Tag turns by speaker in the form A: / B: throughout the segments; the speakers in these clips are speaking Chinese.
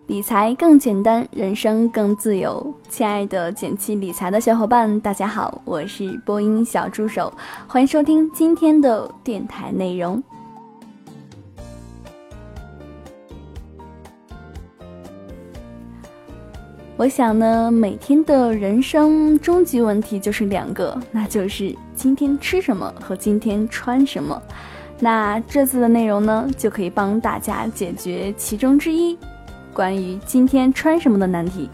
A: 理财更简单，人生更自由。亲爱的简七理财的小伙伴，大家好，我是播音小助手，欢迎收听今天的电台内容。我想呢，每天的人生终极问题就是两个，那就是今天吃什么和今天穿什么。那这次的内容呢，就可以帮大家解决其中之一，关于今天穿什么的难题。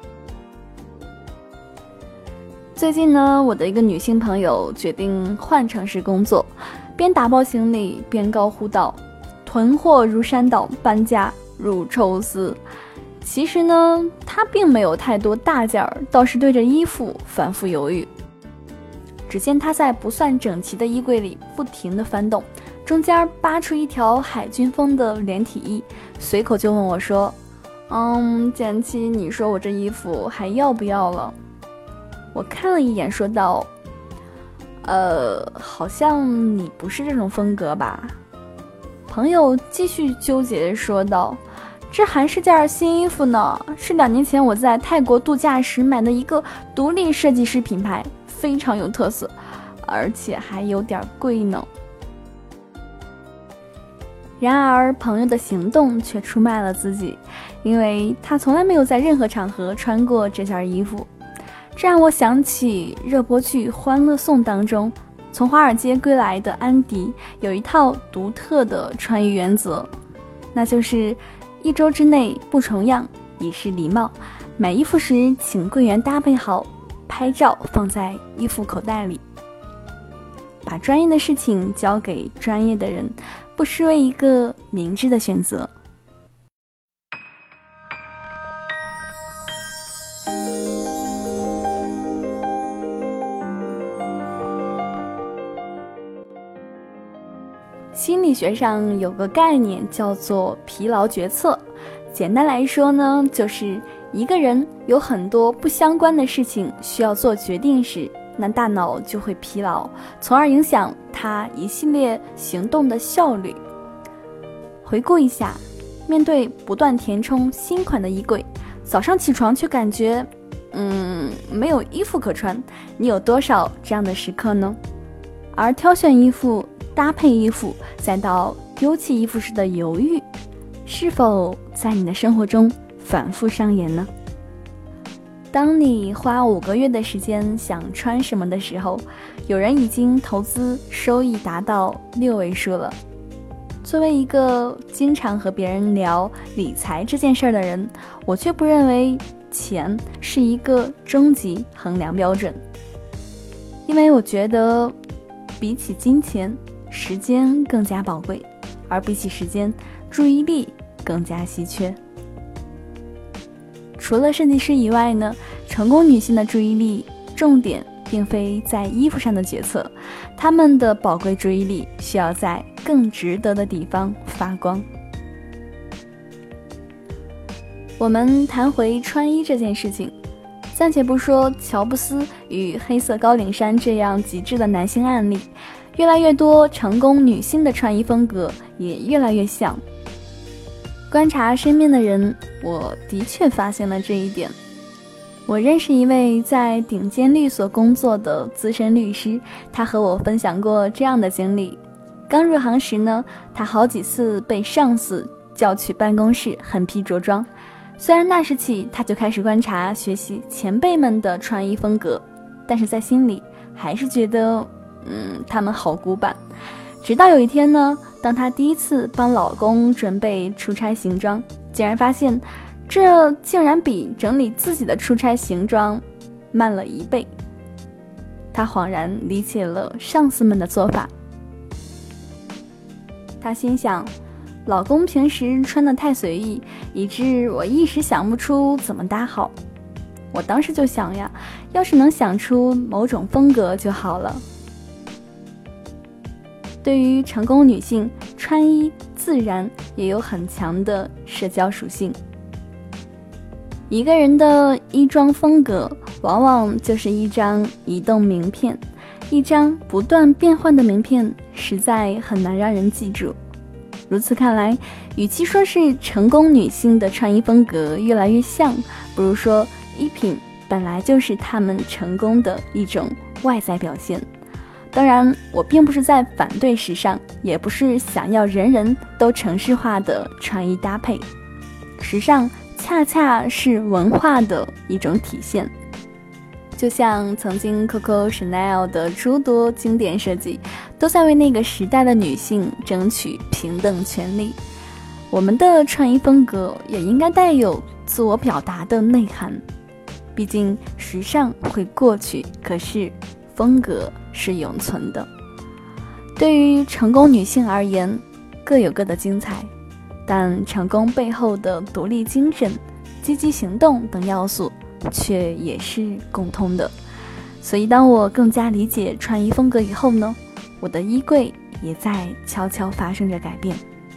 A: 最近呢，我的一个女性朋友决定换城市工作，边打包行李边高呼道：囤货如山倒，搬家如抽丝。其实呢，她并没有太多大件儿，倒是对着衣服反复犹豫。只见她在不算整齐的衣柜里不停地翻动，中间扒出一条海军风的连体衣，随口就问我说：简七，你说我这衣服还要不要了？我看了一眼说道：好像你不是这种风格吧？朋友继续纠结说道：这还是件新衣服呢，是2年前我在泰国度假时买的一个独立设计师品牌，非常有特色，而且还有点贵呢。然而朋友的行动却出卖了自己，因为他从来没有在任何场合穿过这件衣服。这让我想起热播剧《欢乐颂》当中，从华尔街归来的安迪有一套独特的穿衣原则，那就是1周之内不重样，以示礼貌。买衣服时请柜员搭配好，拍照放在衣服口袋里。把专业的事情交给专业的人，不失为一个明智的选择。心理学上有个概念叫做疲劳决策，简单来说呢，就是一个人有很多不相关的事情需要做决定时，那大脑就会疲劳，从而影响他一系列行动的效率。回顾一下，面对不断填充新款的衣柜，早上起床却感觉没有衣服可穿，你有多少这样的时刻呢？而挑选衣服、搭配衣服，再到丢弃衣服时的犹豫，是否在你的生活中反复上演呢？当你花5个月的时间想穿什么的时候，有人已经投资收益达到6位数了。作为一个经常和别人聊理财这件事的人，我却不认为钱是一个终极衡量标准，因为我觉得比起金钱，时间更加宝贵，而比起时间，注意力更加稀缺。除了设计师以外呢，成功女性的注意力重点并非在衣服上的决策，她们的宝贵注意力需要在更值得的地方发光。我们谈回穿衣这件事情，暂且不说乔布斯与黑色高领衫这样极致的男性案例，越来越多成功女性的穿衣风格也越来越像。观察身边的人，我的确发现了这一点。我认识一位在顶尖律所工作的资深律师，他和我分享过这样的经历。刚入行时呢，他好几次被上司叫去办公室狠批着装。虽然那时起他就开始观察学习前辈们的穿衣风格，但是在心里还是觉得他们好古板。直到有一天呢，当她第一次帮老公准备出差行装，竟然发现这竟然比整理自己的出差行装慢了1倍。她恍然理解了上司们的做法。她心想，老公平时穿得太随意，以致我一时想不出怎么搭好。我当时就想呀，要是能想出某种风格就好了。对于成功女性，穿衣自然也有很强的社交属性。一个人的衣装风格，往往就是一张移动名片，一张不断变换的名片，实在很难让人记住。 如此看来，与其说是成功女性的穿衣风格越来越像，不如说衣品本来就是她们成功的一种外在表现。当然，我并不是在反对时尚，也不是想要人人都程式化的穿衣搭配。时尚恰恰是文化的一种体现。就像曾经 Coco Chanel 的诸多经典设计，都在为那个时代的女性争取平等权利。我们的穿衣风格也应该带有自我表达的内涵。毕竟时尚会过去，可是风格是永存的。对于成功女性而言，各有各的精彩，但成功背后的独立精神、积极行动等要素却也是共通的。所以当我更加理解穿衣风格以后呢，我的衣柜也在悄悄发生着改变。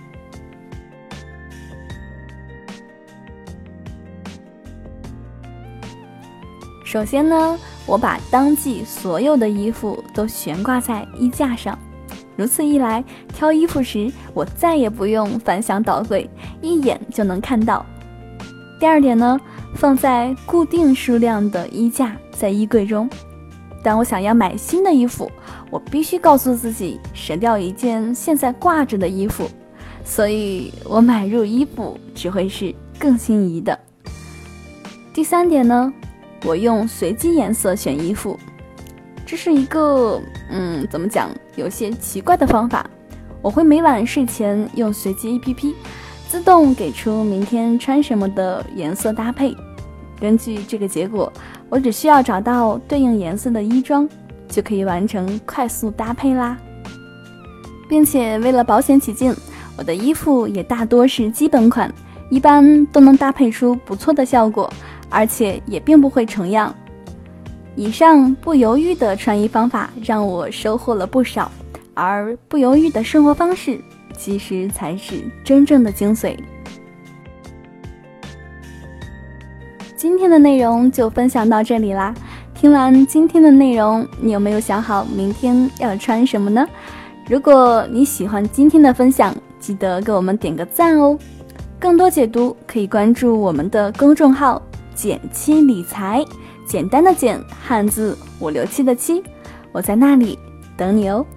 A: 首先呢，我把当季所有的衣服都悬挂在衣架上，如此一来，挑衣服时我再也不用翻箱倒柜，一眼就能看到。第二点呢，放在固定数量的衣架在衣柜中。当我想要买新的衣服，我必须告诉自己省掉一件现在挂着的衣服，所以我买入衣服只会是更心仪的。第三点呢，我用随机颜色选衣服，这是一个怎么讲，有些奇怪的方法。我会每晚睡前用随机 APP 自动给出明天穿什么的颜色搭配，根据这个结果，我只需要找到对应颜色的衣装，就可以完成快速搭配啦。并且为了保险起见，我的衣服也大多是基本款，一般都能搭配出不错的效果，而且也并不会重样。以上不犹豫的穿衣方法让我收获了不少，而不犹豫的生活方式其实才是真正的精髓。今天的内容就分享到这里啦。听完今天的内容，你有没有想好明天要穿什么呢？如果你喜欢今天的分享，记得给我们点个赞哦。更多解读可以关注我们的公众号简七理财，简单的简，汉字567的7，我在那里等你哦。